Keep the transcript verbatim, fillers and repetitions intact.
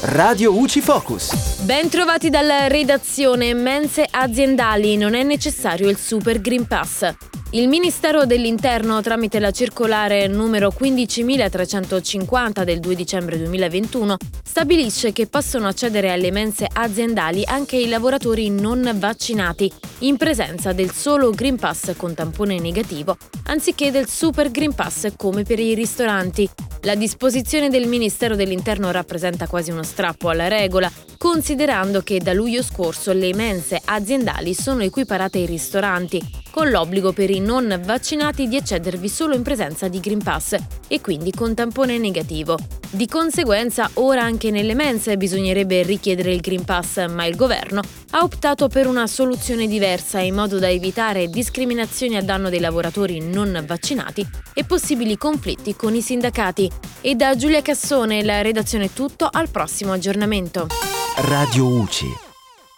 Radio U C I Focus. Ben trovati dalla redazione. Mense aziendali, non è necessario il Super Green Pass. Il Ministero dell'Interno, tramite la circolare numero quindicimilatrecentocinquanta del due dicembre duemilaventuno, stabilisce che possono accedere alle mense aziendali anche i lavoratori non vaccinati, in presenza del solo Green Pass con tampone negativo, anziché del Super Green Pass come per i ristoranti. La disposizione del Ministero dell'Interno rappresenta quasi uno strappo alla regola, considerando che da luglio scorso le mense aziendali sono equiparate ai ristoranti, con l'obbligo per i non vaccinati di accedervi solo in presenza di Green Pass e quindi con tampone negativo. Di conseguenza, ora anche nelle mense bisognerebbe richiedere il Green Pass, ma il governo ha optato per una soluzione diversa in modo da evitare discriminazioni a danno dei lavoratori non vaccinati e possibili conflitti con i sindacati. E da Giulia Cassone, la redazione è tutto, al prossimo aggiornamento. Radio U C I.